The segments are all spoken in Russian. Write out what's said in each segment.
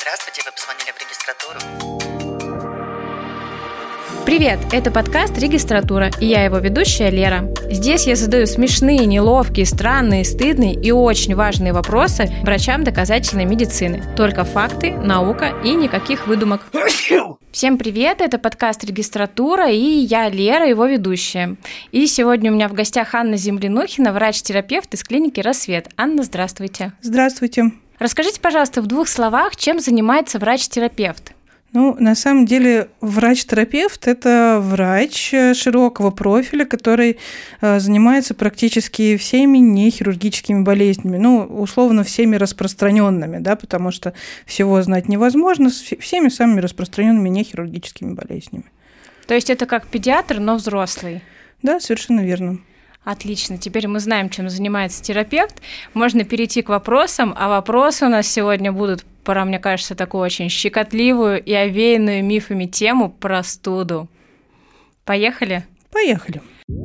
Здравствуйте, вы позвонили в регистратуру. Привет, это подкаст «Регистратура», и я его ведущая Лера. Здесь я задаю смешные, неловкие, странные, стыдные и очень важные вопросы врачам доказательной медицины. Только факты, наука и никаких выдумок. Всем привет, это подкаст «Регистратура», и я Лера, его ведущая. И сегодня у меня в гостях Анна Землянухина, врач-терапевт из клиники «Рассвет». Анна, здравствуйте. Здравствуйте. Расскажите, пожалуйста, в 2 словах, чем занимается врач-терапевт? На самом деле врач-терапевт – это врач широкого профиля, который занимается практически всеми нехирургическими болезнями, условно, всеми распространенными, да, потому что всего знать невозможно, всеми самыми распространенными нехирургическими болезнями. То есть это как педиатр, но взрослый? Да, совершенно верно. Отлично, теперь мы знаем, чем занимается терапевт. Можно перейти к вопросам, а вопросы у нас сегодня будут про, мне кажется, такую очень щекотливую и овеянную мифами тему – простуду. Поехали? Поехали.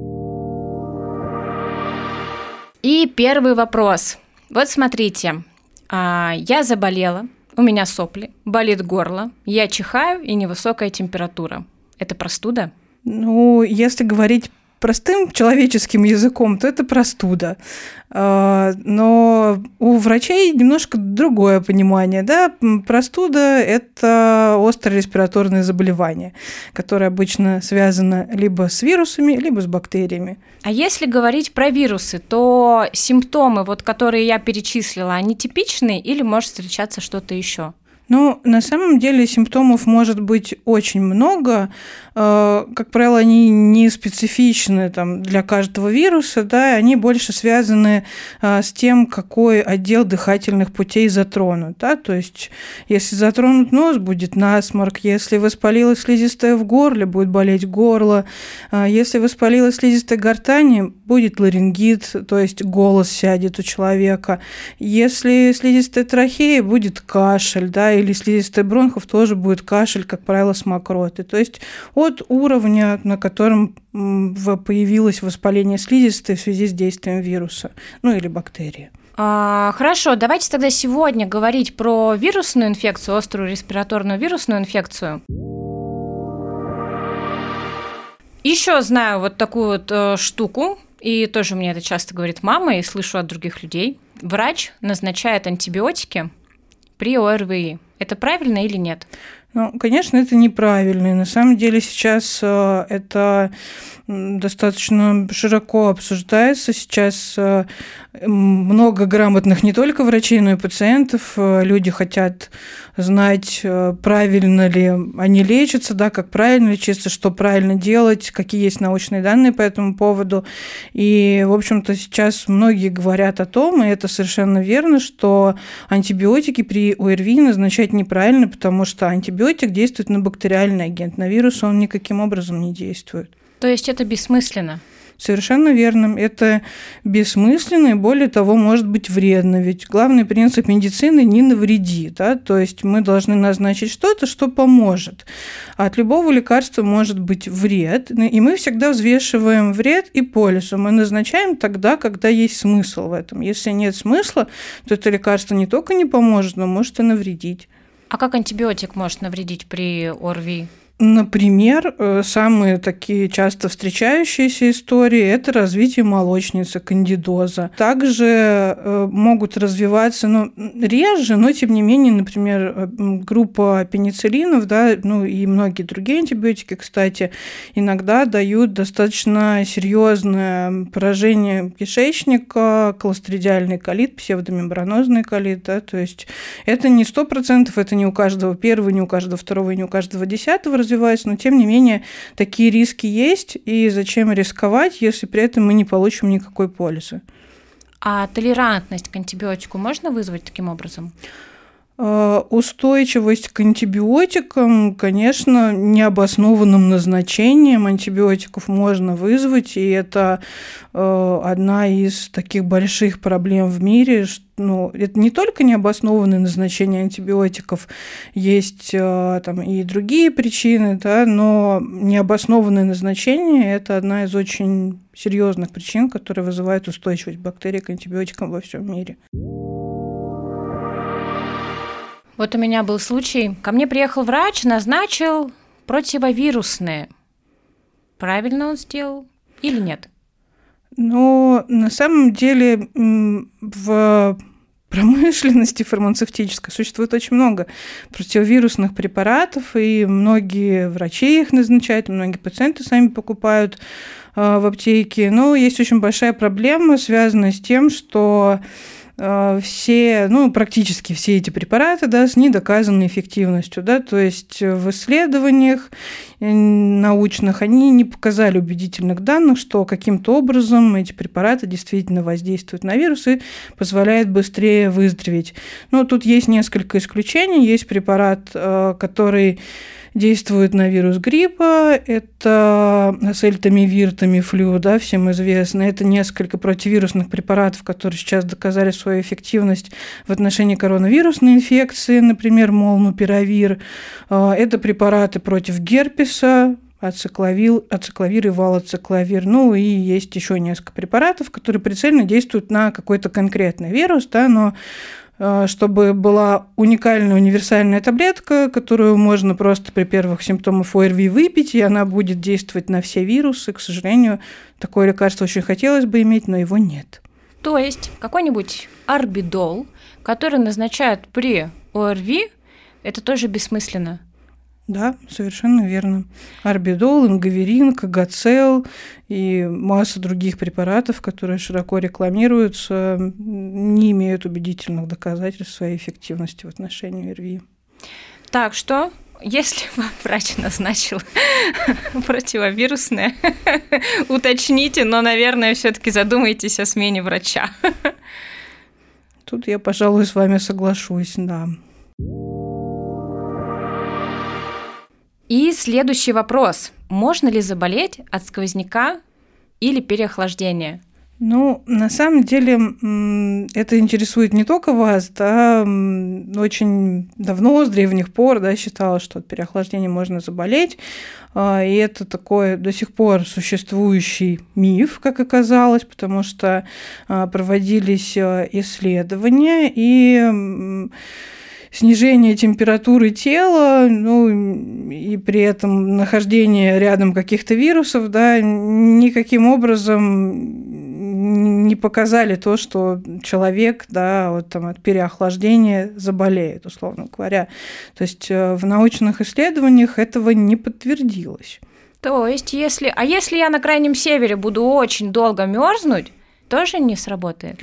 И первый вопрос. Вот смотрите, я заболела, у меня сопли, болит горло, я чихаю и невысокая температура. Это простуда? Если говорить простым человеческим языком, то это простуда. Но у врачей немножко другое понимание. Да? Простуда – это острое респираторное заболевание, которое обычно связано либо с вирусами, либо с бактериями. А если говорить про вирусы, то симптомы, которые я перечислила, они типичные или может встречаться что-то еще? На самом деле симптомов может быть очень много. Как правило, они не специфичны для каждого вируса, да, они больше связаны с тем, какой отдел дыхательных путей затронут. Да? То есть, если затронут нос, будет насморк, если воспалилась слизистая в горле, будет болеть горло, если воспалилась слизистая гортани, будет ларингит, то есть голос сядет у человека, если слизистая трахея, будет кашель, да, или слизистая бронхов, тоже будет кашель, как правило, с мокротой. То есть от уровня, на котором появилось воспаление слизистой в связи с действием вируса, или бактерии. Хорошо, давайте тогда сегодня говорить про вирусную инфекцию, острую респираторную вирусную инфекцию. Еще знаю такую штуку, и тоже мне это часто говорит мама, и слышу от других людей. Врач назначает антибиотики при ОРВИ. Это правильно или нет? Конечно, это неправильно. И на самом деле сейчас это достаточно широко обсуждается. Сейчас много грамотных не только врачей, но и пациентов. Люди хотят знать, правильно ли они лечатся, да, как правильно лечиться, что правильно делать, какие есть научные данные по этому поводу. И, в общем-то, сейчас многие говорят о том, и это совершенно верно, что антибиотики при ОРВИ назначать неправильно, потому что антибиотик действует на бактериальный агент, на вирус он никаким образом не действует. То есть это бессмысленно? Совершенно верно. Это бессмысленно и, более того, может быть вредно. Ведь главный принцип медицины – не навреди. Да? То есть мы должны назначить что-то, что поможет. А от любого лекарства может быть вред. И мы всегда взвешиваем вред и пользу. Мы назначаем тогда, когда есть смысл в этом. Если нет смысла, то это лекарство не только не поможет, но может и навредить. А как антибиотик может навредить при ОРВИ? Например, самые такие часто встречающиеся истории – это развитие молочницы, кандидоза. Также могут развиваться, реже, но тем не менее, например, группа пенициллинов, да, и многие другие антибиотики, кстати, иногда дают достаточно серьезное поражение кишечника, кластридиальный колит, псевдомембранозный колит, да, то есть это не 100%, это не у каждого первого, не у каждого второго, не у каждого 10-го развивается, но тем не менее такие риски есть, и зачем рисковать, если при этом мы не получим никакой пользы. А толерантность к антибиотику можно вызвать таким образом? Устойчивость к антибиотикам, конечно, необоснованным назначением антибиотиков можно вызвать, и это одна из таких больших проблем в мире. Это не только необоснованное назначение антибиотиков, есть и другие причины, да, но необоснованное назначение – это одна из очень серьезных причин, которые вызывают устойчивость бактерий к антибиотикам во всем мире. Вот у меня был случай. Ко мне приехал врач, назначил противовирусные. Правильно он сделал или нет? Но на самом деле в промышленности фармацевтической существует очень много противовирусных препаратов, и многие врачи их назначают, многие пациенты сами покупают в аптеке. Но есть очень большая проблема, связанная с тем, что практически все эти препараты, с недоказанной эффективностью, то есть в исследованиях научных они не показали убедительных данных, что каким-то образом эти препараты действительно воздействуют на вирус и позволяют быстрее выздороветь. Но тут есть несколько исключений. Есть препарат, который действует на вирус гриппа, это сельтамивир, тамифлю, всем известно. Это несколько противовирусных препаратов, которые сейчас доказали свою эффективность в отношении коронавирусной инфекции, например, молнупиравир. Это препараты против герпеса, ацикловир и валоцикловир. И есть еще несколько препаратов, которые прицельно действуют на какой-то конкретный вирус, но чтобы была уникальная универсальная таблетка, которую можно просто при первых симптомах ОРВИ выпить, и она будет действовать на все вирусы. К сожалению, такое лекарство очень хотелось бы иметь, но его нет. То есть какой-нибудь орбидол, который назначают при ОРВИ, это тоже бессмысленно? Да, совершенно верно. Орбидол, ингаверин, кагацел и масса других препаратов, которые широко рекламируются, не имеют убедительных доказательств своей эффективности в отношении ОРВИ. Так что, если вам врач назначил противовирусное, уточните, но, наверное, все-таки задумайтесь о смене врача. Тут я, пожалуй, с вами соглашусь, да. И следующий вопрос. Можно ли заболеть от сквозняка или переохлаждения? На самом деле это интересует не только вас, очень давно, с древних пор, считалось, что от переохлаждения можно заболеть, и это такой до сих пор существующий миф, как оказалось, потому что проводились исследования, и снижение температуры тела, и при этом нахождение рядом каких-то вирусов, никаким образом не показали то, что человек, от переохлаждения заболеет, условно говоря. То есть в научных исследованиях этого не подтвердилось. То есть, если я на Крайнем Севере буду очень долго мерзнуть, тоже не сработает?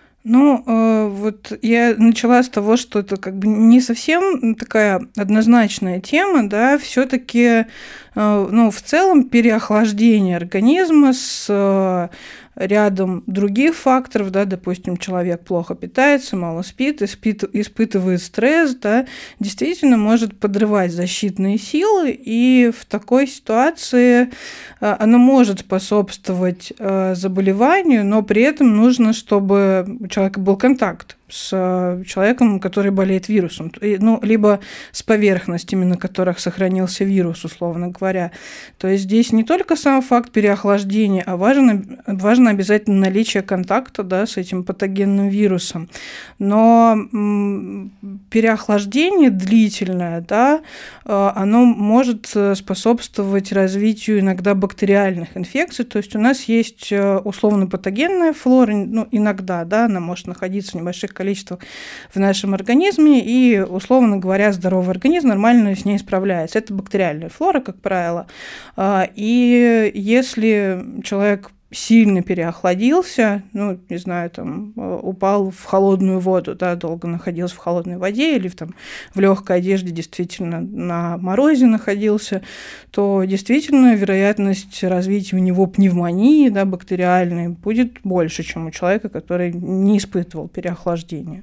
Вот я начала с того, что это не совсем такая однозначная тема, все-таки, в целом переохлаждение организма с рядом других факторов, допустим, человек плохо питается, мало спит, испытывает стресс, действительно может подрывать защитные силы, и в такой ситуации оно может способствовать заболеванию, но при этом нужно, чтобы у человека был контакт с человеком, который болеет вирусом, либо с поверхностями, на которых сохранился вирус, условно говоря. То есть здесь не только сам факт переохлаждения, а важно обязательно наличие контакта, с этим патогенным вирусом. Но переохлаждение длительное, оно может способствовать развитию иногда бактериальных инфекций. То есть у нас есть условно-патогенная флора, иногда, она может находиться в небольших количествах в нашем организме, и, условно говоря, здоровый организм нормально с ней справляется. Это бактериальная флора, как правило. И если человек сильно переохладился, упал в холодную воду, долго находился в холодной воде или в легкой одежде действительно на морозе находился, то действительно вероятность развития у него пневмонии, бактериальной, будет больше, чем у человека, который не испытывал переохлаждения.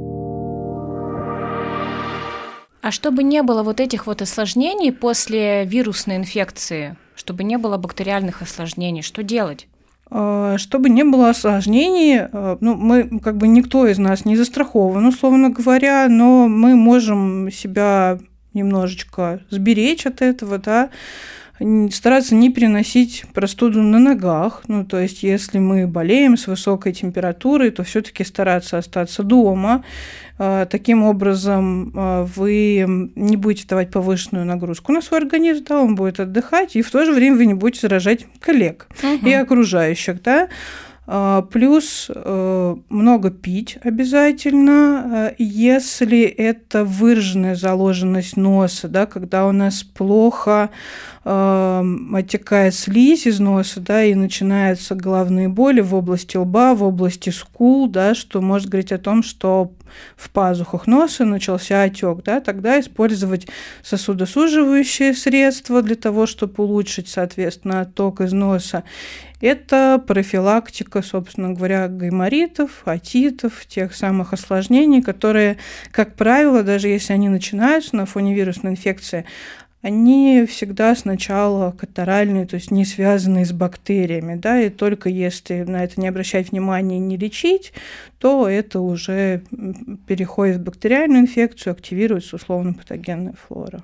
А чтобы не было вот этих вот осложнений после вирусной инфекции, чтобы не было бактериальных осложнений, что делать? Чтобы не было осложнений, мы никто из нас не застрахован, условно говоря, но мы можем себя немножечко сберечь от этого, стараться не переносить простуду на ногах. Ну, то есть, если мы болеем с высокой температурой, то все-таки стараться остаться дома. Таким образом, вы не будете давать повышенную нагрузку на свой организм, да, он будет отдыхать, и в то же время вы не будете заражать коллег и окружающих, да. Плюс много пить обязательно, если это выраженная заложенность носа, да, когда у нас плохо оттекает слизь из носа, да, и начинаются головные боли в области лба, в области скул, да, что может говорить о том, что в пазухах носа начался отек, да, тогда использовать сосудосуживающие средства для того, чтобы улучшить, соответственно, отток из носа. Это профилактика, собственно говоря, гайморитов, отитов, тех самых осложнений, которые, как правило, даже если они начинаются на фоне вирусной инфекции, они всегда сначала катаральные, то есть не связанные с бактериями, да, и только если на это не обращать внимания и не лечить, то это уже переходит в бактериальную инфекцию, активируется условно-патогенная флора.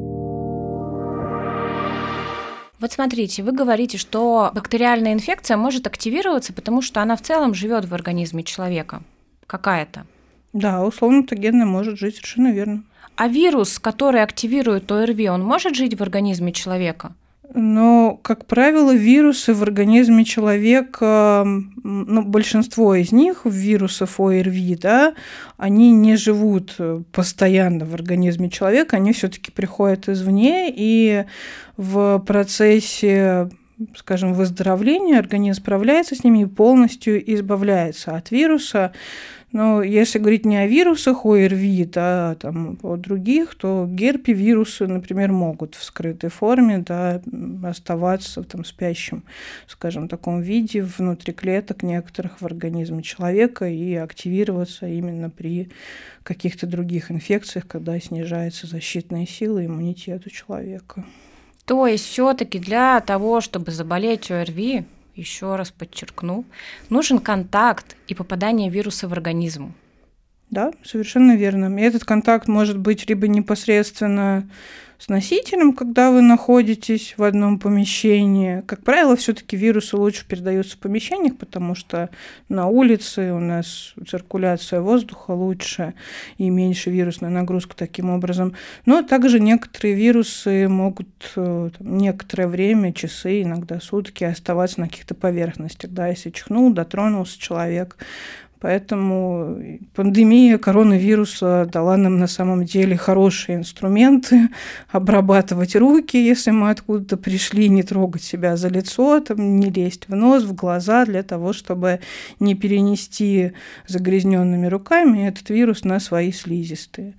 Вот смотрите, вы говорите, что бактериальная инфекция может активироваться, потому что она в целом живет в организме человека. Какая-то. Да, условно-патогенная может жить, совершенно верно. А вирус, который активирует ОРВИ, он может жить в организме человека? Но, как правило, вирусы в организме человека, ну, большинство из них, вирусов ОРВИ, да, они не живут постоянно в организме человека, они все-таки приходят извне, и в процессе, скажем, выздоровления организм справляется с ними и полностью избавляется от вируса. Но если говорить не о вирусах ОРВИ, да, там, о других, то герпевирусы, например, могут в скрытой форме, да, оставаться в там, спящем, скажем, таком виде внутри клеток некоторых в организме человека и активироваться именно при каких-то других инфекциях, когда снижается защитная сила и иммунитет у человека. То есть все-таки для того, чтобы заболеть ОРВИ, еще раз подчеркну, нужен контакт и попадание вируса в организм. Да, совершенно верно. И этот контакт может быть либо непосредственно с носителем, когда вы находитесь в одном помещении. Как правило, все-таки вирусы лучше передаются в помещениях, потому что на улице у нас циркуляция воздуха лучше и меньше вирусная нагрузка таким образом. Но также некоторые вирусы могут некоторое время, часы, иногда сутки оставаться на каких-то поверхностях. Да, если чихнул, дотронулся человек. Поэтому пандемия коронавируса дала нам на самом деле хорошие инструменты обрабатывать руки, если мы откуда-то пришли, не трогать себя за лицо, там, не лезть в нос, в глаза, для того, чтобы не перенести загрязненными руками этот вирус на свои слизистые.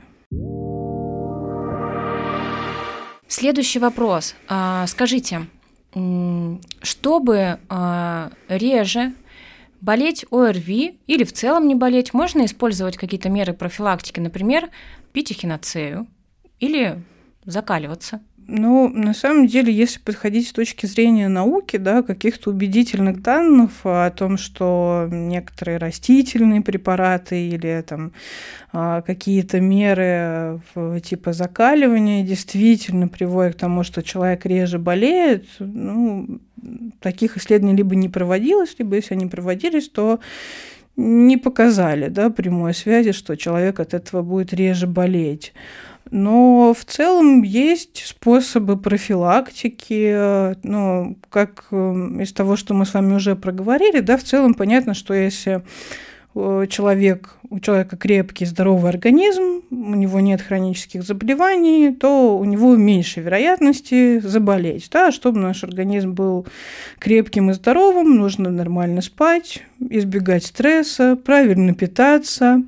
Следующий вопрос. Скажите, чтобы реже болеть ОРВИ или в целом не болеть, можно использовать какие-то меры профилактики, например, пить эхиноцею или закаливаться? Ну, на самом деле, если подходить с точки зрения науки, да, каких-то убедительных данных о том, что некоторые растительные препараты или там, какие-то меры типа закаливания действительно приводят к тому, что человек реже болеет, ну, таких исследований либо не проводилось, либо если они проводились, то не показали, да, прямой связи, что человек от этого будет реже болеть. Но в целом есть способы профилактики, ну, как из того, что мы с вами уже проговорили, да, в целом понятно, что если у человека крепкий, здоровый организм, у него нет хронических заболеваний, то у него меньше вероятности заболеть. Да? Чтобы наш организм был крепким и здоровым, нужно нормально спать, избегать стресса, правильно питаться.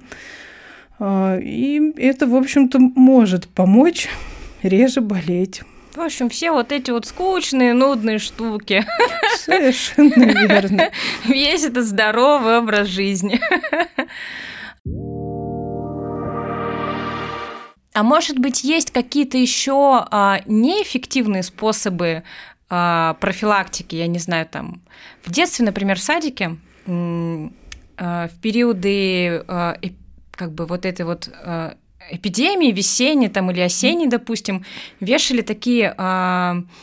И это, в общем-то, может помочь реже болеть. В общем, все вот эти вот скучные, нудные штуки. Совершенно верно. Весь этот здоровый образ жизни. А может быть, есть какие-то еще неэффективные способы профилактики? Я не знаю, там в детстве, например, в садике, в периоды как бы вот этой вот эпидемии, весенней там, или осенней, допустим, вешали такие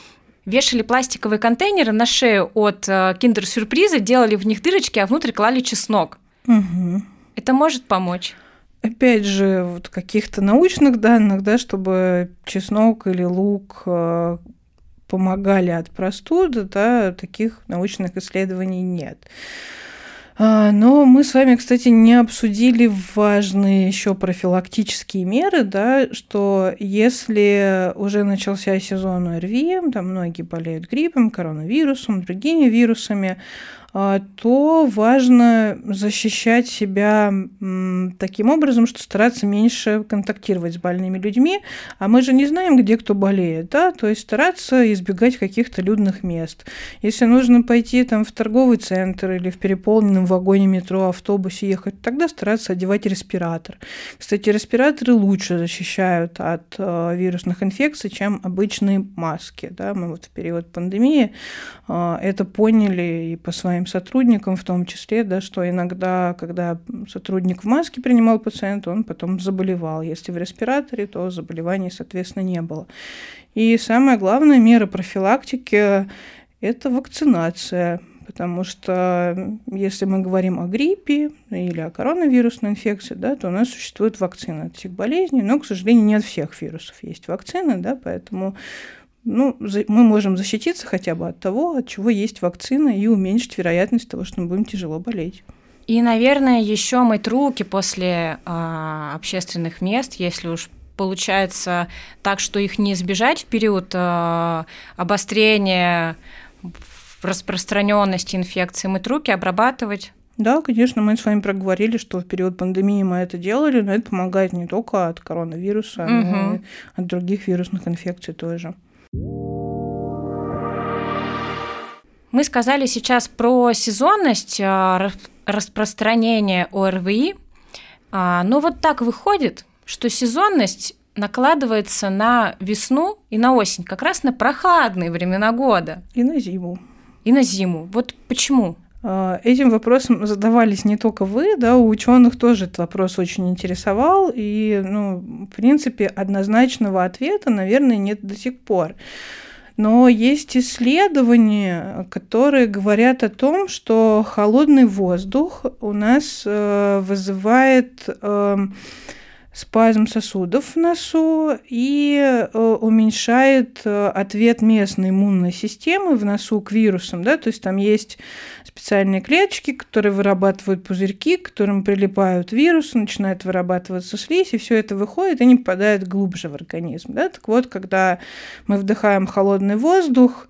вешали пластиковые контейнеры на шею от киндер-сюрприза, делали в них дырочки, а внутрь клали чеснок. Угу. Это может помочь? Опять же, вот каких-то научных данных, да, чтобы чеснок или лук помогали от простуды, да, таких научных исследований нет. Но мы с вами, кстати, не обсудили важные еще профилактические меры, да, что если уже начался сезон ОРВИ, там многие болеют гриппом, коронавирусом, другими вирусами, то важно защищать себя таким образом, что стараться меньше контактировать с больными людьми, а мы же не знаем, где кто болеет, да, то есть стараться избегать каких-то людных мест. Если нужно пойти там в торговый центр или в переполненном вагоне метро, автобусе ехать, тогда стараться одевать респиратор. Кстати, респираторы лучше защищают от вирусных инфекций, чем обычные маски, да, мы вот в период пандемии это поняли и по своим сотрудникам в том числе, да, что иногда, когда сотрудник в маске принимал пациента, он потом заболевал. Если в респираторе, то заболеваний, соответственно, не было. И самая главная мера профилактики – это вакцинация. Потому что если мы говорим о гриппе или о коронавирусной инфекции, да, то у нас существует вакцина от всех болезней, но, к сожалению, не от всех вирусов есть вакцины, да, поэтому мы можем защититься хотя бы от того, от чего есть вакцина, и уменьшить вероятность того, что мы будем тяжело болеть. И, наверное, еще мыть руки после общественных мест, если уж получается так, что их не избежать в период обострения распространенности инфекции, мыть руки, обрабатывать. Да, конечно, мы с вами проговорили, что в период пандемии мы это делали, но это помогает не только от коронавируса, но и от других вирусных инфекций тоже. Мы сказали сейчас про сезонность распространения ОРВИ, но вот так выходит, что сезонность накладывается на весну и на осень, как раз на прохладные времена года. И на зиму. И на зиму. Вот почему? Этим вопросом задавались не только вы, да, у ученых тоже этот вопрос очень интересовал, и, в принципе, однозначного ответа, наверное, нет до сих пор. Но есть исследования, которые говорят о том, что холодный воздух у нас вызывает спазм сосудов в носу и уменьшает ответ местной иммунной системы в носу к вирусам, да, то есть там есть специальные клеточки, которые вырабатывают пузырьки, к которым прилипают вирусы, начинает вырабатываться слизь, и все это выходит и не попадает глубже в организм, да. Так вот, когда мы вдыхаем холодный воздух,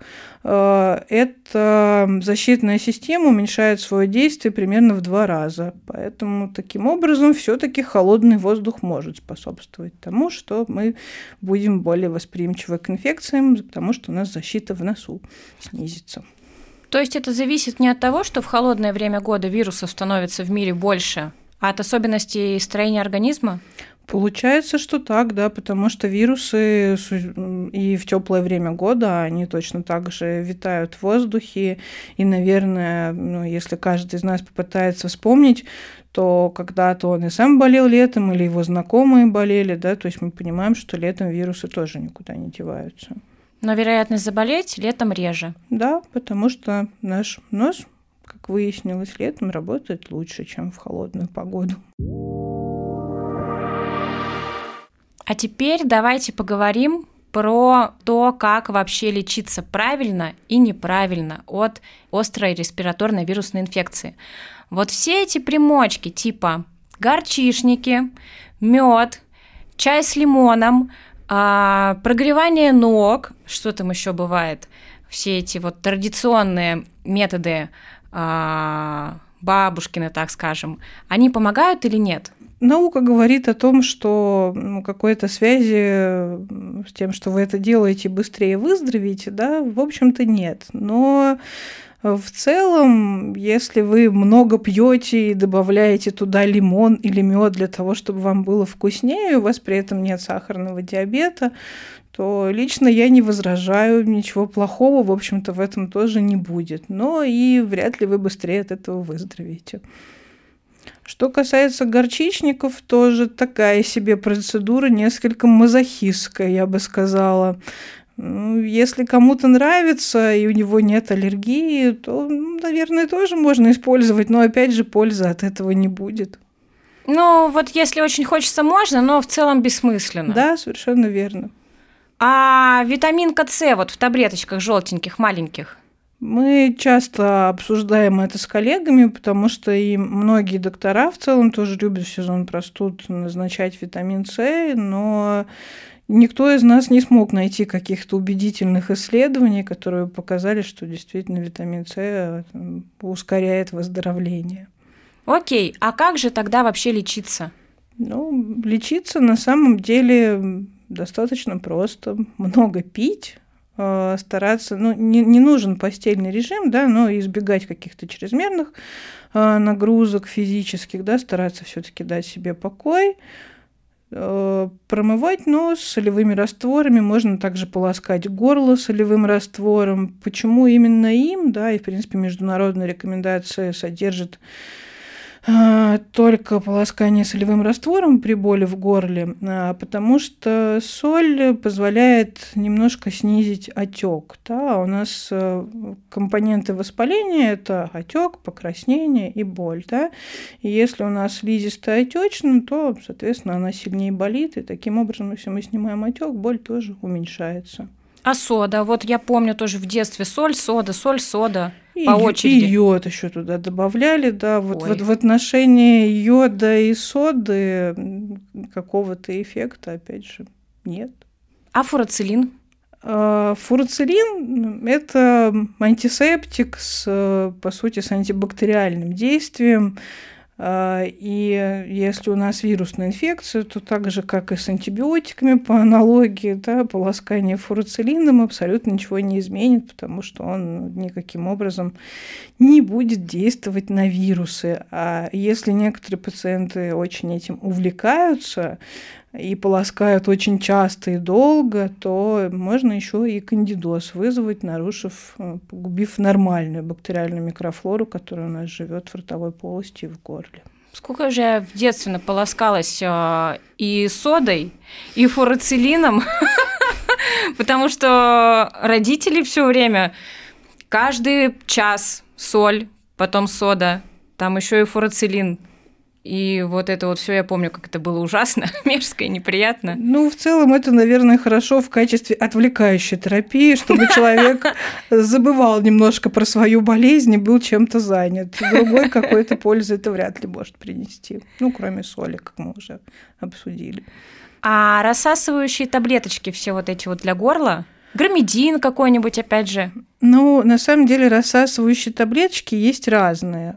эта защитная система уменьшает свое действие примерно в 2 раза. Поэтому таким образом все-таки холодный воздух может способствовать тому, что мы будем более восприимчивы к инфекциям, потому что у нас защита в носу снизится. То есть это зависит не от того, что в холодное время года вирусов становится в мире больше, а от особенностей строения организма? Получается, что так, да, потому что вирусы и в теплое время года, они точно так же витают в воздухе, и, наверное, если каждый из нас попытается вспомнить, то когда-то он и сам болел летом, или его знакомые болели, да, то есть мы понимаем, что летом вирусы тоже никуда не деваются. Но вероятность заболеть летом реже. Да, потому что наш нос, как выяснилось, летом работает лучше, чем в холодную погоду. А теперь давайте поговорим про то, как вообще лечиться правильно и неправильно от острой респираторной вирусной инфекции. Вот все эти примочки типа горчишники, мед, чай с лимоном, прогревание ног, что там еще бывает, все эти вот традиционные методы бабушкины, так скажем, они помогают или нет? Наука говорит о том, что какой-то связи с тем, что вы это делаете, быстрее выздоровеете, да, в общем-то нет. Но в целом, если вы много пьете и добавляете туда лимон или мед для того, чтобы вам было вкуснее, у вас при этом нет сахарного диабета, то лично я не возражаю, ничего плохого, в общем-то, в этом тоже не будет. Но и вряд ли вы быстрее от этого выздоровеете. Что касается горчичников, тоже такая себе процедура, несколько мазохистская, я бы сказала. Если кому-то нравится и у него нет аллергии, то, наверное, тоже можно использовать, но, опять же, пользы от этого не будет. Ну, вот если очень хочется, можно, но в целом бессмысленно. Да, совершенно верно. А витаминка С вот в таблеточках желтеньких, маленьких? Мы часто обсуждаем это с коллегами, потому что и многие доктора в целом тоже любят в сезон простуд назначать витамин С, но никто из нас не смог найти каких-то убедительных исследований, которые показали, что действительно витамин С ускоряет выздоровление. Окей, а как же тогда вообще лечиться? Лечиться на самом деле достаточно просто. Много пить, стараться, не нужен постельный режим, да, но избегать каких-то чрезмерных нагрузок физических, да, стараться все-таки дать себе покой, промывать нос солевыми растворами, можно также полоскать горло солевым раствором. Почему именно им, да, и в принципе международная рекомендация содержит только полоскание солевым раствором при боли в горле, потому что соль позволяет немножко снизить отек. Да? У нас компоненты воспаления – это отек, покраснение и боль. Да? И если у нас слизистая отечна, то, соответственно, она сильнее болит, и таким образом, если мы снимаем отек, боль тоже уменьшается. А сода? Вот я помню тоже в детстве соль, сода по очереди. И йод еще туда добавляли, да. Вот в отношении йода и соды какого-то эффекта, опять же, нет. А фурацилин? Фурацилин – это антисептик по сути, с антибактериальным действием. И если у нас вирусная инфекция, то так же, как и с антибиотиками, по аналогии, да, полоскание фурацилином абсолютно ничего не изменит, потому что он никаким образом не будет действовать на вирусы. А если некоторые пациенты очень этим увлекаются и полоскают очень часто и долго, то можно еще и кандидоз вызвать, погубив нормальную бактериальную микрофлору, которая у нас живет в ротовой полости и в горле. Сколько же я в детстве наполоскалась и содой, и фурацилином, потому что родители все время, каждый час соль, потом сода, там еще и фурацилин. И вот это вот все я помню, как это было ужасно, мерзко и неприятно. В целом это, наверное, хорошо в качестве отвлекающей терапии, чтобы человек забывал немножко про свою болезнь и был чем-то занят. Другой какой-то пользы это вряд ли может принести. Кроме соли, как мы уже обсудили. А рассасывающие таблеточки все вот эти вот для горла? Громедин какой-нибудь, опять же? На самом деле рассасывающие таблеточки есть разные.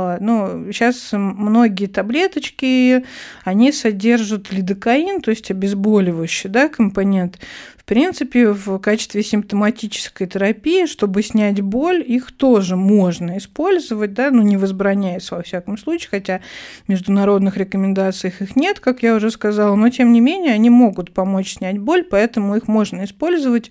Сейчас многие таблеточки, они содержат лидокаин, то есть обезболивающий, да, компонент. В принципе, в качестве симптоматической терапии, чтобы снять боль, их тоже можно использовать, да, не возбраняется во всяком случае, хотя в международных рекомендациях их нет, как я уже сказала, но тем не менее они могут помочь снять боль, поэтому их можно использовать,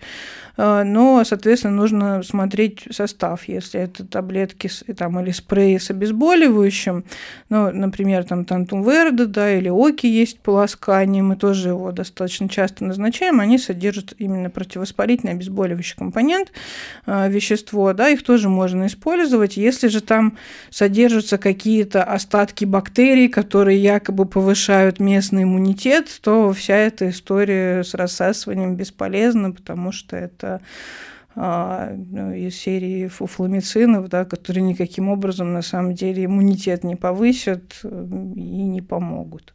но, соответственно, нужно смотреть состав, если это таблетки или спреи с обезболивающим, например, Тантум Верде, да, или Оки есть полоскание, мы тоже его достаточно часто назначаем, они содержат именно противовоспалительный обезболивающий компонент, вещество, да, их тоже можно использовать. Если же там содержатся какие-то остатки бактерий, которые якобы повышают местный иммунитет, то вся эта история с рассасыванием бесполезна, потому что это из серии фуфломицинов, да, которые никаким образом на самом деле иммунитет не повысят и не помогут.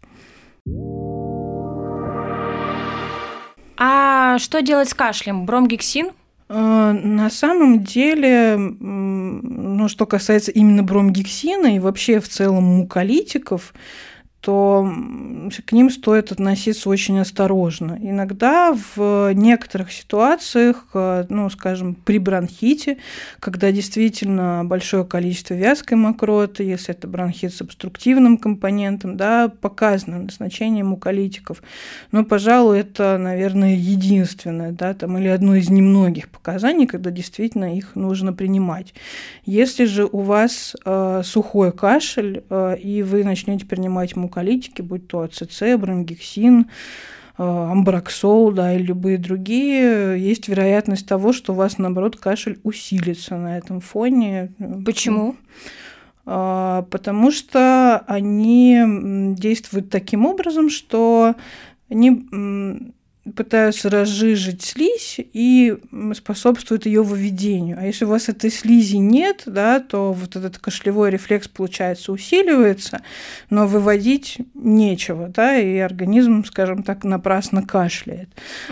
А что делать с кашлем? Бромгексин? На самом деле, что касается именно бромгексина и вообще в целом муколитиков, то к ним стоит относиться очень осторожно. Иногда в некоторых ситуациях, скажем, при бронхите, когда действительно большое количество вязкой мокроты, если это бронхит с обструктивным компонентом, да, показано назначение муколитиков. Но, пожалуй, это, наверное, единственное, да, или одно из немногих показаний, когда действительно их нужно принимать. Если же у вас сухой кашель, и вы начнете принимать муколитики, будь то АЦЦ, бромгексин, амброксол, да, и любые другие, есть вероятность того, что у вас, наоборот, кашель усилится на этом фоне. Почему? Потому что они действуют таким образом, что они пытаются разжижить слизь и способствуют ее выведению. А если у вас этой слизи нет, да, то вот этот кашлевой рефлекс, получается, усиливается, но выводить нечего, да, и организм, скажем так, напрасно кашляет.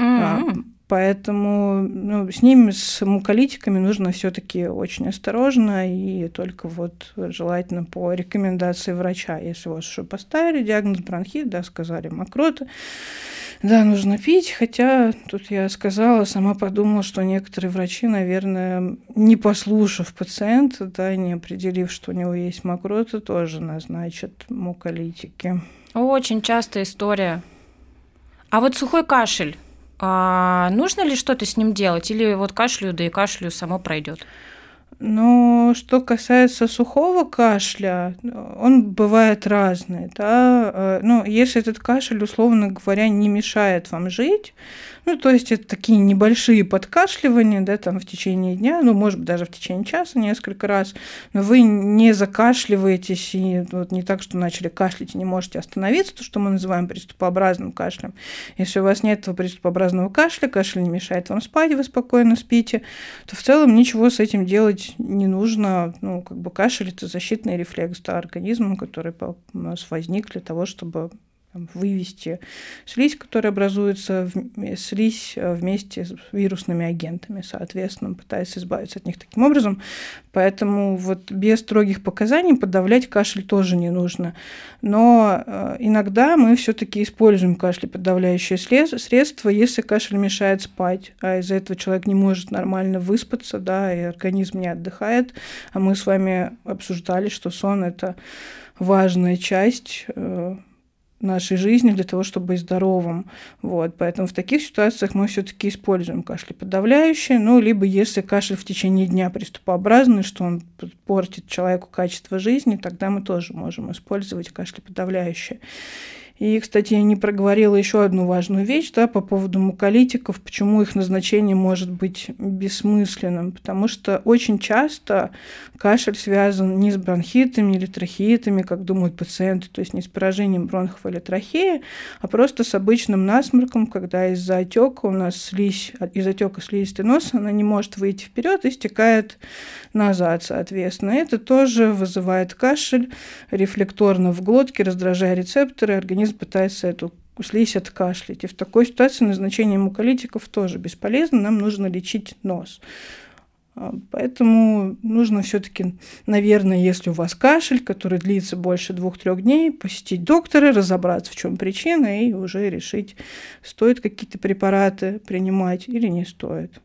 Поэтому с ними, с муколитиками, нужно все-таки очень осторожно и только вот желательно по рекомендации врача. Если у вас уже поставили диагноз бронхит, да, сказали мокрота, да, нужно пить, хотя тут я сказала, сама подумала, что некоторые врачи, наверное, не послушав пациента, да, не определив, что у него есть мокрота, тоже назначат муколитики. Очень частая история. А вот сухой кашель, нужно ли что-то с ним делать? Или вот кашлю, да и кашлю само пройдет? Но что касается сухого кашля, он бывает разный. Да? Если этот кашель, условно говоря, не мешает вам жить, то есть это такие небольшие подкашливания, да, там в течение дня, может быть, даже в течение часа несколько раз, но вы не закашливаетесь, и вот не так, что начали кашлять и не можете остановиться, то, что мы называем приступообразным кашлем. Если у вас нет этого приступообразного кашля, кашель не мешает вам спать, вы спокойно спите, то в целом ничего с этим делать не нужно. Кашель – это защитный рефлекс, да, организма, который у нас возник для того, чтобы вывести слизь, которая образуется, слизь вместе с вирусными агентами, соответственно, пытаясь избавиться от них таким образом. Поэтому вот без строгих показаний подавлять кашель тоже не нужно. Но иногда мы все-таки используем кашлеподавляющие средства, если кашель мешает спать, а из-за этого человек не может нормально выспаться, да, и организм не отдыхает. А мы с вами обсуждали, что сон – это важная часть нашей жизни для того, чтобы быть здоровым. Поэтому в таких ситуациях мы все-таки используем кашлеподавляющие, либо если кашель в течение дня приступообразный, что он портит человеку качество жизни, тогда мы тоже можем использовать кашлеподавляющие. И, кстати, я не проговорила еще одну важную вещь, да, по поводу муколитиков, почему их назначение может быть бессмысленным, потому что очень часто кашель связан не с бронхитами или трахеитами, как думают пациенты, то есть не с поражением бронхов или трахеи, а просто с обычным насморком, когда из-за отека у нас слизь, из отека слизистой носа, она не может выйти вперед и стекает назад, соответственно. Это тоже вызывает кашель рефлекторно в глотке, раздражая рецепторы, организм пытается эту слизь откашлять. И в такой ситуации назначение муколитиков тоже бесполезно, нам нужно лечить нос. Поэтому нужно все-таки, наверное, если у вас кашель, который длится больше 2-3 дней, посетить доктора, разобраться, в чем причина, и уже решить, стоит какие-то препараты принимать или не стоит.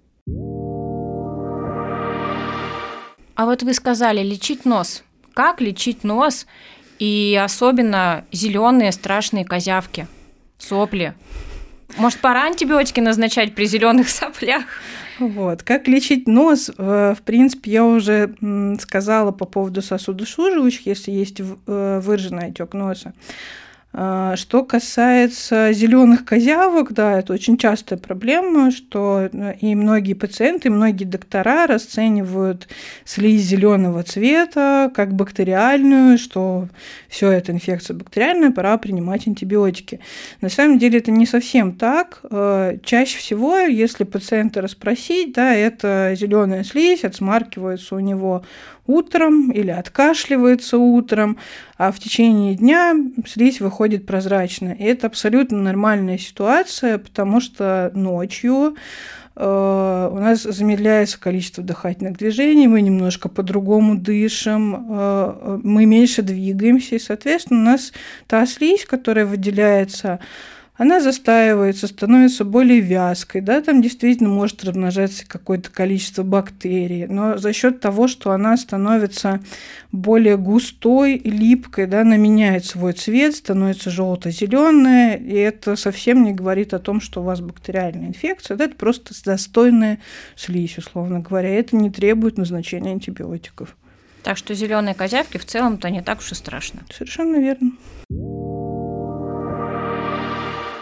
А вот вы сказали лечить нос. Как лечить нос? И особенно зеленые страшные козявки, сопли. Может, пора антибиотики назначать при зеленых соплях? Как лечить нос, в принципе, я уже сказала по поводу сосудосуживающих, если есть выраженный отек носа. Что касается зеленых козявок, да, это очень частая проблема, что и многие пациенты, и многие доктора расценивают слизь зеленого цвета как бактериальную, что все это инфекция бактериальная, пора принимать антибиотики. На самом деле это не совсем так. Чаще всего, если пациента расспросить, да, это зеленая слизь отсмаркивается у него утром или откашливается утром, а в течение дня слизь выходит прозрачно. И это абсолютно нормальная ситуация, потому что ночью у нас замедляется количество дыхательных движений, мы немножко по-другому дышим, мы меньше двигаемся, и, соответственно, у нас та слизь, которая выделяется, она застаивается, становится более вязкой, да, там действительно может размножаться какое-то количество бактерий, но за счет того, что она становится более густой, липкой, да, она меняет свой цвет, становится желто-зеленая, и это совсем не говорит о том, что у вас бактериальная инфекция, да, это просто застойная слизь, условно говоря, это не требует назначения антибиотиков. Так что зеленые козявки в целом-то не так уж и страшно. Совершенно верно.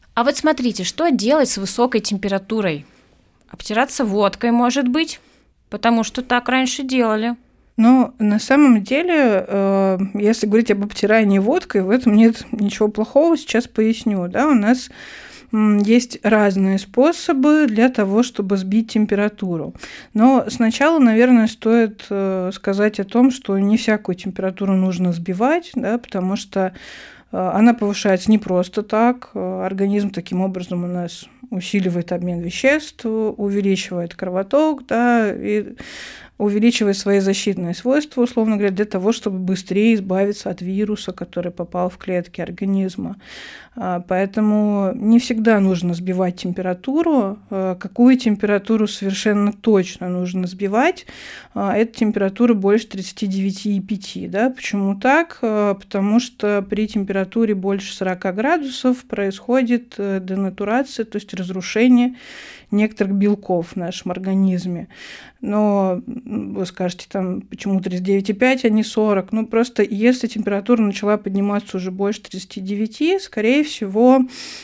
А вот смотрите, что делать с высокой температурой? Обтираться водкой, может быть, потому что так раньше делали. Но на самом деле, если говорить об обтирании водкой, в этом нет ничего плохого, сейчас поясню. Да? У нас есть разные способы для того, чтобы сбить температуру. Но сначала, наверное, стоит сказать о том, что не всякую температуру нужно сбивать, да, потому что она повышается не просто так. Организм таким образом у нас усиливает обмен веществ, увеличивает кровоток, да, и увеличивает свои защитные свойства, условно говоря, для того, чтобы быстрее избавиться от вируса, который попал в клетки организма. Поэтому не всегда нужно сбивать температуру. Какую температуру совершенно точно нужно сбивать? Это температура больше 39,5. Да? Почему так? Потому что при температуре больше 40 градусов происходит денатурация, то есть разрушение некоторых белков в нашем организме. Но вы скажете, там, почему 39,5, а не 40? Ну, просто если температура начала подниматься уже больше 39, скорее всего,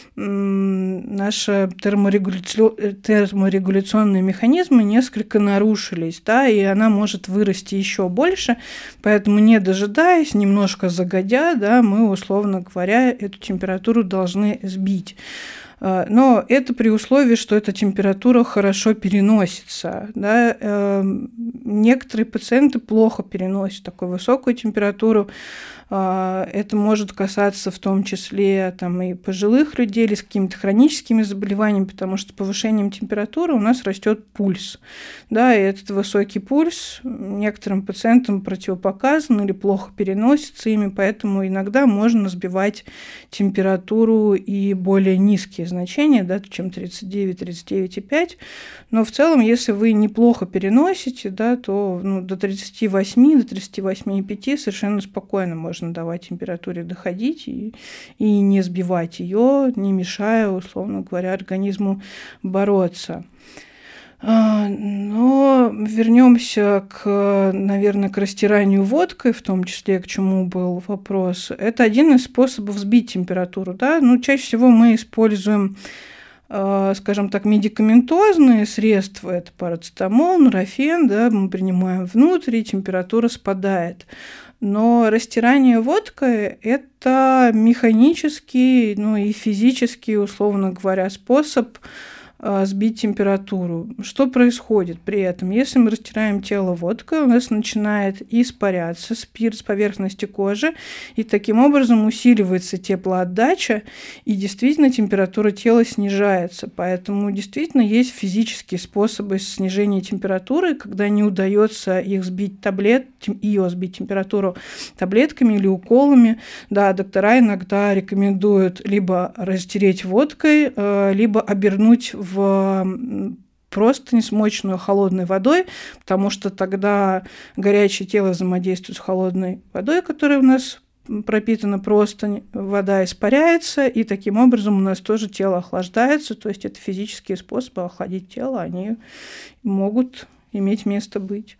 наши терморегуляционные механизмы несколько нарушились, да, и она может вырасти еще больше, поэтому, не дожидаясь, немножко загодя, да, мы, условно говоря, эту температуру должны сбить. Но это при условии, что эта температура хорошо переносится. Да? Некоторые пациенты плохо переносят такую высокую температуру. Это может касаться в том числе там, и пожилых людей или с какими-то хроническими заболеваниями, потому что с повышением температуры у нас растет пульс. Да, и этот высокий пульс некоторым пациентам противопоказан или плохо переносится ими, поэтому иногда можно сбивать температуру и более низкие значения, да, чем 39-39,5. Но в целом, если вы неплохо переносите, да, то до 38, до 38,5 совершенно спокойно можно давать температуре доходить и не сбивать ее, не мешая, условно говоря, организму бороться. Но вернемся наверное, к растиранию водкой, в том числе, к чему был вопрос. Это один из способов сбить температуру. Да? Чаще всего мы используем, скажем так, медикаментозные средства. Это парацетамол, нурофен, да, мы принимаем внутрь, и температура спадает. Но растирание водкой – это механический, и физический, условно говоря, способ сбить температуру. Что происходит при этом? Если мы растираем тело водкой, у нас начинает испаряться спирт с поверхности кожи, и таким образом усиливается теплоотдача, и действительно температура тела снижается. Поэтому действительно есть физические способы снижения температуры, когда не удается ее сбить температуру таблетками или уколами. Да, доктора иногда рекомендуют либо растереть водкой, либо обернуть в простынь, смоченную холодной водой, потому что тогда горячее тело взаимодействует с холодной водой, которая у нас пропитана простынь, вода испаряется, и таким образом у нас тоже тело охлаждается, то есть это физические способы охладить тело, они могут иметь место быть.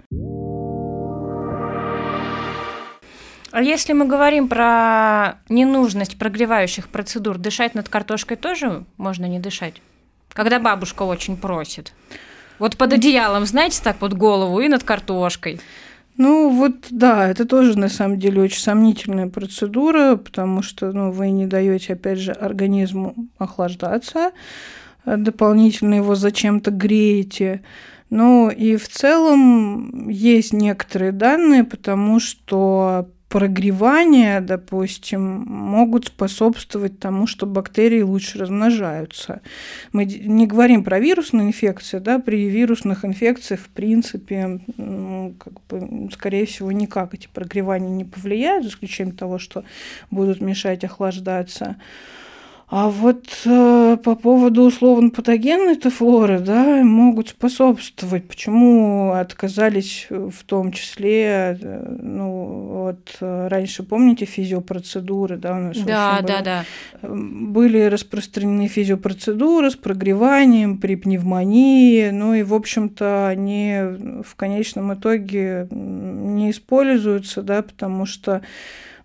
А если мы говорим про ненужность прогревающих процедур, дышать над картошкой тоже можно не дышать? Когда бабушка очень просит. Вот под одеялом, знаете, так вот голову и над картошкой. Да, это тоже на самом деле очень сомнительная процедура, потому что вы не даете, опять же, организму охлаждаться, дополнительно его зачем-то греете. И в целом есть некоторые данные, потому что прогревания, допустим, могут способствовать тому, что бактерии лучше размножаются. Мы не говорим про вирусные инфекции, да, при вирусных инфекциях, в принципе, скорее всего, никак эти прогревания не повлияют, за исключением того, что будут мешать охлаждаться. А вот по поводу условно-патогенной флоры, да, могут способствовать. Почему отказались в том числе, раньше, помните, физиопроцедуры, да, у нас были распространены физиопроцедуры с прогреванием при пневмонии, и, в общем-то, они в конечном итоге не используются, да, потому что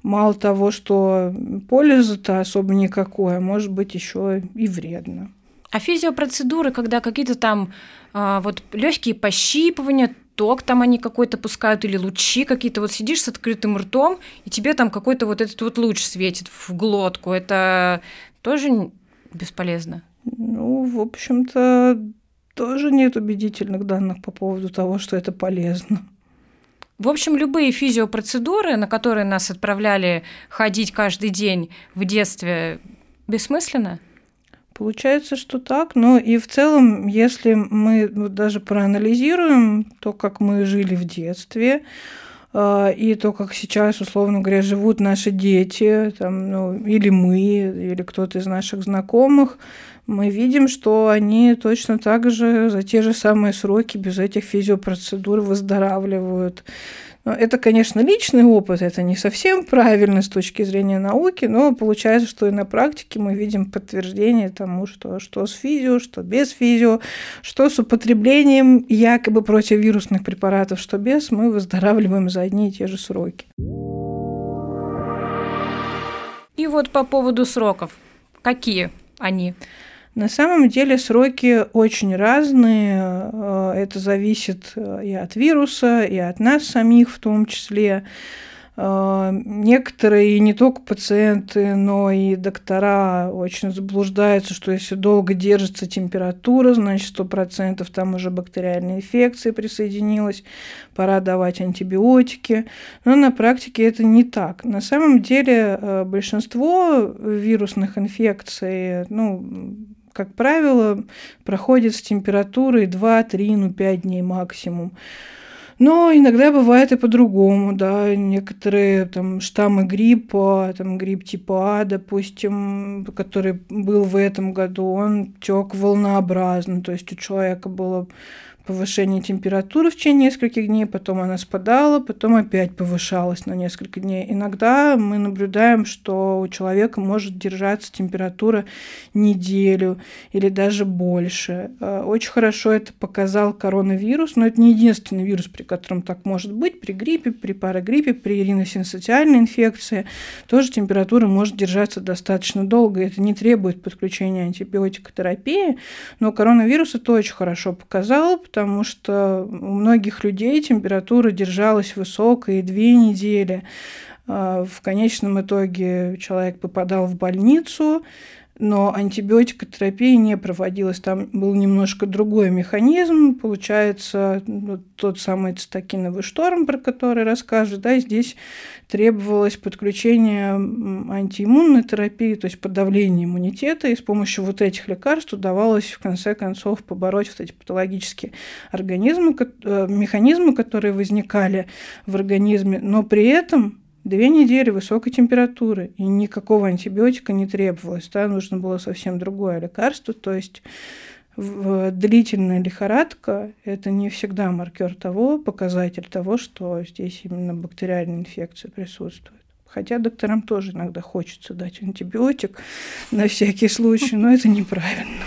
мало того, что пользы-то особо никакой, а может быть еще и вредно. А физиопроцедуры, когда какие-то там вот легкие пощипывания, ток там они какой-то пускают или лучи какие-то, вот сидишь с открытым ртом, и тебе там какой-то вот этот вот луч светит в глотку, это тоже бесполезно? Ну, в общем-то, тоже нет убедительных данных по поводу того, что это полезно. В общем, любые физиопроцедуры, на которые нас отправляли ходить каждый день в детстве, бессмысленно? Получается, что так, но и в целом, если мы даже проанализируем то, как мы жили в детстве, и то, как сейчас, условно говоря, живут наши дети, там, или мы, или кто-то из наших знакомых, мы видим, что они точно так же за те же самые сроки без этих физиопроцедур выздоравливают. Это, конечно, личный опыт, это не совсем правильно с точки зрения науки, но получается, что и на практике мы видим подтверждение тому, что с физио, что без физио, что с употреблением якобы противовирусных препаратов, что без, мы выздоравливаем за одни и те же сроки. И вот по поводу сроков. Какие они? На самом деле сроки очень разные. Это зависит и от вируса, и от нас самих в том числе. Некоторые, и не только пациенты, но и доктора очень заблуждаются, что если долго держится температура, значит 100% там уже бактериальная инфекция присоединилась, пора давать антибиотики. Но на практике это не так. На самом деле большинство вирусных инфекций, как правило, проходит с температурой 2, 3, 5 дней максимум. Но иногда бывает и по-другому, да, некоторые там штаммы гриппа, там грипп типа А, допустим, который был в этом году, он тёк волнообразно, то есть у человека было повышение температуры в течение нескольких дней, потом она спадала, потом опять повышалась на несколько дней. Иногда мы наблюдаем, что у человека может держаться температура неделю или даже больше. Очень хорошо это показал коронавирус, но это не единственный вирус, при котором так может быть. При гриппе, при парагриппе, при риносинцитиальной инфекции тоже температура может держаться достаточно долго. Это не требует подключения антибиотикотерапии, но коронавирус это очень хорошо показал, потому что у многих людей температура держалась высокой 2 недели. В конечном итоге человек попадал в больницу, но антибиотикотерапия не проводилась. Там был немножко другой механизм. Получается, тот самый цитокиновый шторм, про который рассказывают, да, здесь требовалось подключение антииммунной терапии, то есть подавление иммунитета, и с помощью вот этих лекарств удавалось в конце концов побороть вот эти патологические механизмы, которые возникали в организме, но при этом 2 недели высокой температуры, и никакого антибиотика не требовалось, да, нужно было совсем другое лекарство, то есть длительная лихорадка – это не всегда показатель того, что здесь именно бактериальная инфекция присутствует. Хотя докторам тоже иногда хочется дать антибиотик на всякий случай, но это неправильно.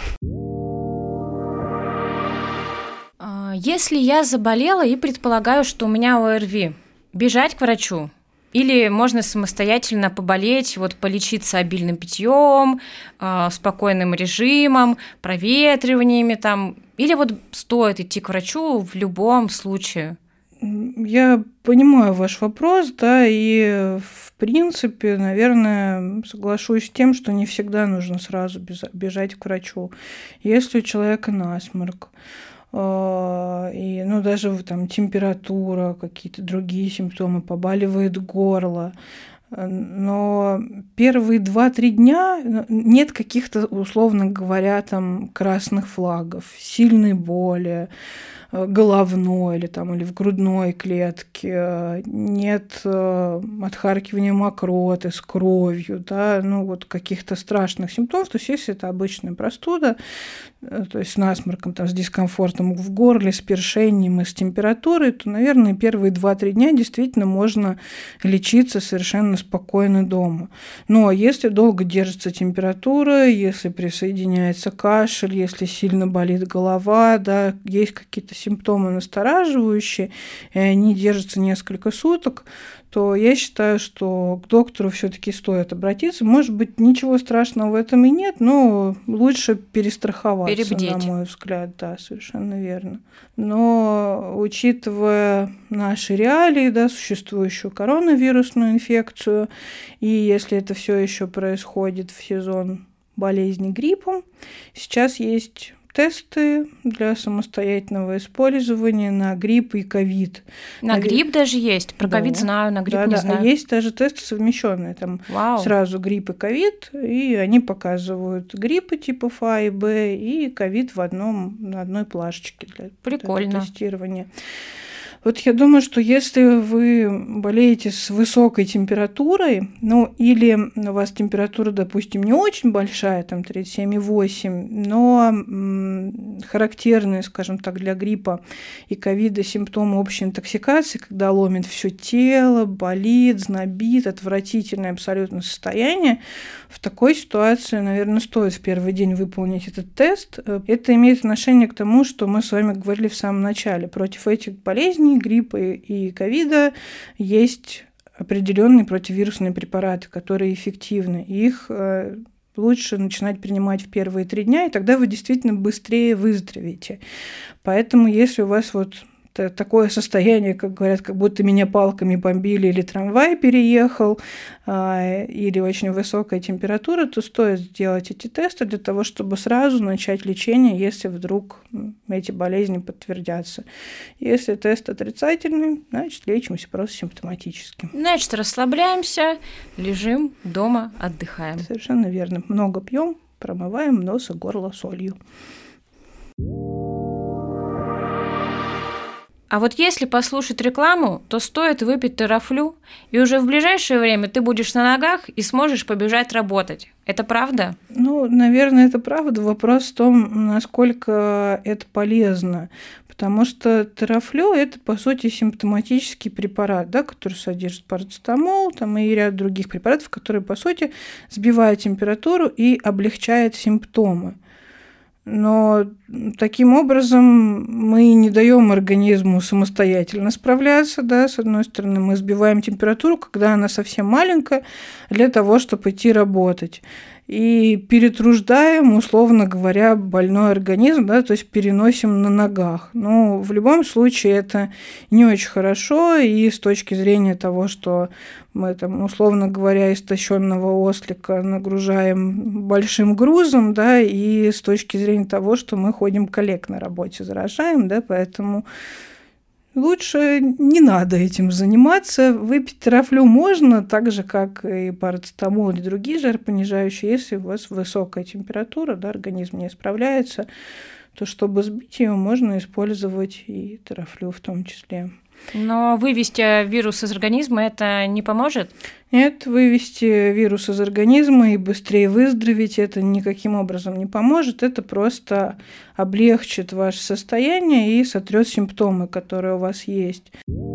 Если я заболела и предполагаю, что у меня ОРВИ, бежать к врачу? Или можно самостоятельно поболеть, полечиться обильным питьем, спокойным режимом, проветриваниями там? Или стоит идти к врачу в любом случае? Я понимаю ваш вопрос, да, и в принципе, наверное, соглашусь с тем, что не всегда нужно сразу бежать к врачу. Если у человека насморк, и, даже там температура, какие-то другие симптомы, побаливает горло, но первые 2-3 дня нет каких-то, условно говоря, там красных флагов, сильной боли, головной или в грудной клетке, нет отхаркивания мокроты с кровью, да, каких-то страшных симптомов. То есть если это обычная простуда, то есть с насморком, с дискомфортом в горле, с першением и с температурой, то, наверное, первые 2-3 дня действительно можно лечиться совершенно спокойно дома. Но если долго держится температура, если присоединяется кашель, если сильно болит голова, да, есть какие-то симптомы настораживающие, и они держатся несколько суток, то я считаю, что к доктору все-таки стоит обратиться. Может быть, ничего страшного в этом и нет, но лучше перестраховаться, Перебдеть. на мой взгляд. Да, совершенно верно. Но учитывая наши реалии, да, существующую коронавирусную инфекцию, и если это все еще происходит в сезон болезни гриппом, сейчас есть тесты для самостоятельного использования на грипп и ковид. На грипп даже есть. Про ковид знаю, на грипп не знаю. А есть даже тесты совмещенные. Там сразу грипп и ковид, и они показывают гриппы типа А и Б и ковид на одной плашечке для тестирования. Вот я думаю, что если вы болеете с высокой температурой, или у вас температура, допустим, не очень большая, там 37,8, но характерные, скажем так, для гриппа и ковида симптомы общей интоксикации, когда ломит все тело, болит, знобит, отвратительное абсолютно состояние, в такой ситуации, наверное, стоит в первый день выполнить этот тест. Это имеет отношение к тому, что мы с вами говорили в самом начале. Против этих болезней, гриппа и ковида, есть определенные противовирусные препараты, которые эффективны. Их лучше начинать принимать в первые 3 дня, и тогда вы действительно быстрее выздоровеете. Поэтому, если у вас такое состояние, как говорят, как будто меня палками бомбили или трамвай переехал, или очень высокая температура, то стоит сделать эти тесты для того, чтобы сразу начать лечение, если вдруг эти болезни подтвердятся. Если тест отрицательный, значит, лечимся просто симптоматически. Значит, расслабляемся, лежим дома, отдыхаем. Совершенно верно. Много пьем, промываем нос и горло солью. А вот если послушать рекламу, то стоит выпить терафлю, и уже в ближайшее время ты будешь на ногах и сможешь побежать работать. Это правда? Наверное, это правда. Вопрос в том, насколько это полезно. Потому что терафлю – это, по сути, симптоматический препарат, да, который содержит парацетамол и ряд других препаратов, которые, по сути, сбивают температуру и облегчают симптомы. Но таким образом мы не даем организму самостоятельно справляться. Да? С одной стороны, мы сбиваем температуру, когда она совсем маленькая, для того, чтобы идти работать. И перетруждаем, условно говоря, больной организм, да, то есть переносим на ногах. Но в любом случае это не очень хорошо, и с точки зрения того, что мы условно говоря, истощенного ослика нагружаем большим грузом, да, и с точки зрения того, что мы ходим коллег на работе, заражаем, да, поэтому лучше не надо этим заниматься. Выпить терафлю можно, так же, как и парацетамол или другие жаропонижающие. Если у вас высокая температура, да, организм не справляется, то чтобы сбить ее, можно использовать и терафлю в том числе. Но вывести вирус из организма это не поможет? Нет, вывести вирус из организма и быстрее выздороветь это никаким образом не поможет. Это просто облегчит ваше состояние и сотрет симптомы, которые у вас есть.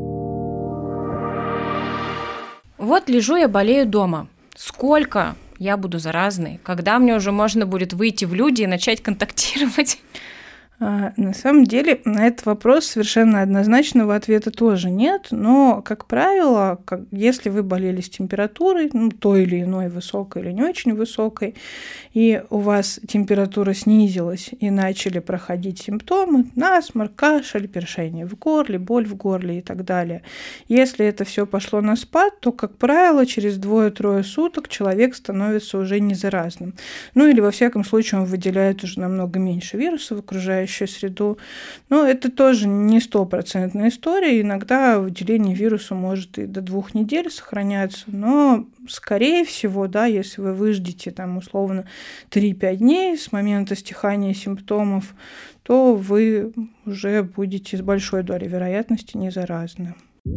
Вот лежу я, болею дома. Сколько я буду заразной? Когда мне уже можно будет выйти в люди и начать контактировать? На самом деле на этот вопрос совершенно однозначного ответа тоже нет, но, как правило, если вы болели с температурой, той или иной, высокой или не очень высокой, и у вас температура снизилась и начали проходить симптомы, насморк, кашель, першение в горле, боль в горле и так далее, если это все пошло на спад, то, как правило, через 2-3 суток человек становится уже не заразным. Или, во всяком случае, он выделяет уже намного меньше вируса в окружающую среду. Но это тоже не 100% история. Иногда выделение вируса может и до 2 недель сохраняться, но, скорее всего, да, если вы выждете условно 3-5 дней с момента стихания симптомов, то вы уже будете с большой долей вероятности не заразны.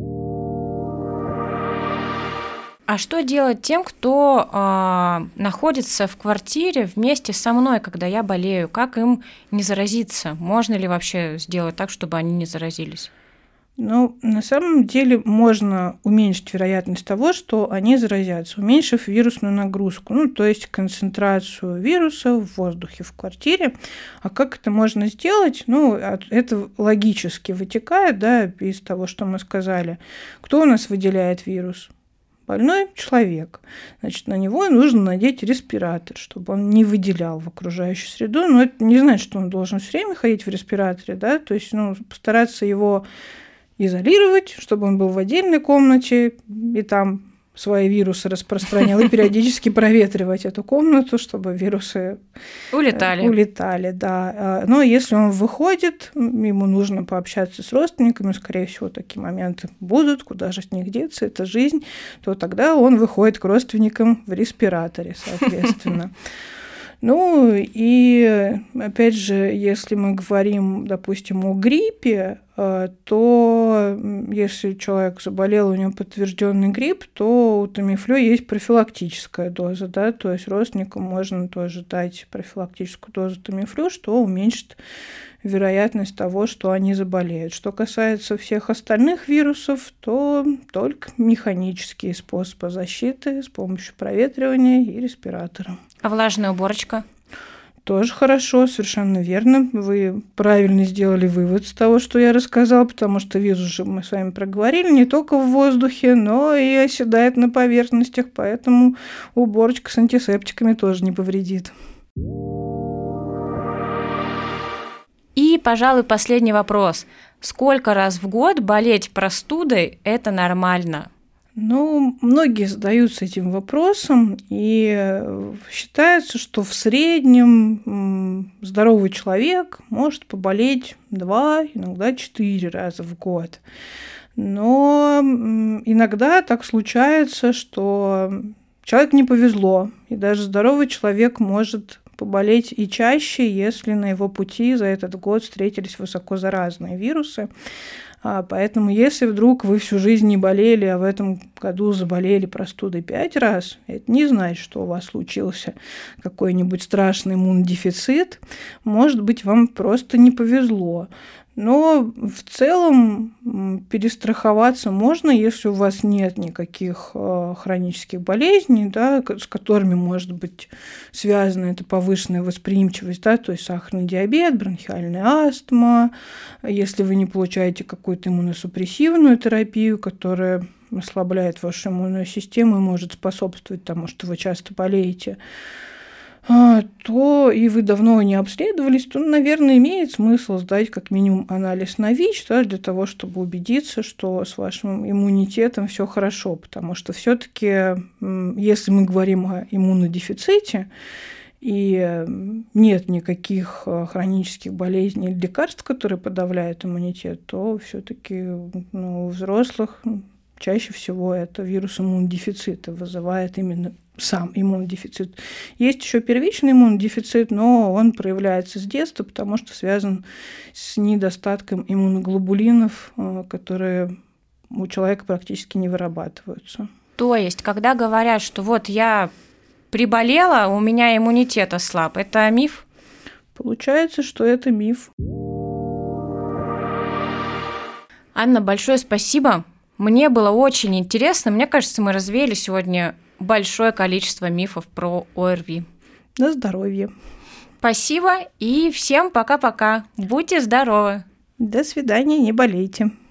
А что делать тем, кто находится в квартире вместе со мной, когда я болею? Как им не заразиться? Можно ли вообще сделать так, чтобы они не заразились? Ну, на самом деле можно уменьшить вероятность того, что они заразятся, уменьшив вирусную нагрузку, ну, то есть концентрацию вируса в воздухе в квартире. А как это можно сделать? Ну, это логически вытекает, да, из того, что мы сказали. Кто у нас выделяет вирус? Больной человек. Значит, на него нужно надеть респиратор, чтобы он не выделял в окружающую среду. Но это не значит, что он должен все время ходить в респираторе, да, то есть, постараться его изолировать, чтобы он был в отдельной комнате и там свои вирусы распространял, и периодически проветривать эту комнату, чтобы вирусы улетали, да. Но если он выходит, ему нужно пообщаться с родственниками, скорее всего, такие моменты будут, куда же от них деться, это жизнь, то тогда он выходит к родственникам в респираторе, соответственно. Ну и, опять же, если мы говорим, допустим, о гриппе, то если человек заболел, у него подтвержденный грипп, то у Тамифлю есть профилактическая доза, да, то есть родственникам можно тоже дать профилактическую дозу Тамифлю, что уменьшит вероятность того, что они заболеют. Что касается всех остальных вирусов, то только механические способы защиты с помощью проветривания и респиратора. А влажная уборочка? Тоже хорошо, совершенно верно. Вы правильно сделали вывод с того, что я рассказала, потому что вирус же мы с вами проговорили не только в воздухе, но и оседает на поверхностях, поэтому уборочка с антисептиками тоже не повредит. И, пожалуй, последний вопрос. Сколько раз в год болеть простудой – это нормально? Ну, многие задаются этим вопросом, и считается, что в среднем здоровый человек может поболеть 2, иногда 4 раза в год. Но иногда так случается, что человеку не повезло, и даже здоровый человек может поболеть и чаще, если на его пути за этот год встретились высокозаразные вирусы. Поэтому если вдруг вы всю жизнь не болели, а в этом году заболели простудой 5 раз, это не значит, что у вас случился какой-нибудь страшный иммунодефицит. Может быть, вам просто не повезло. Но в целом перестраховаться можно, если у вас нет никаких хронических болезней, да, с которыми может быть связана эта повышенная восприимчивость, да, то есть сахарный диабет, бронхиальная астма, если вы не получаете какую-то иммуносупрессивную терапию, которая ослабляет вашу иммунную систему и может способствовать тому, что вы часто болеете, то и вы давно не обследовались, то, наверное, имеет смысл сдать как минимум анализ на ВИЧ, да, для того, чтобы убедиться, что с вашим иммунитетом все хорошо, потому что все-таки, если мы говорим о иммунодефиците и нет никаких хронических болезней или лекарств, которые подавляют иммунитет, то все-таки у взрослых чаще всего это вирус иммунодефицита вызывает именно сам иммунодефицит. Есть еще первичный иммунодефицит, но он проявляется с детства, потому что связан с недостатком иммуноглобулинов, которые у человека практически не вырабатываются. То есть, когда говорят, что вот я приболела, у меня иммунитет ослаб, это миф? Получается, что это миф. Анна, большое спасибо. Мне было очень интересно. Мне кажется, мы развеяли сегодня большое количество мифов про ОРВИ. На здоровье. Спасибо и всем пока-пока. Будьте здоровы. До свидания, не болейте.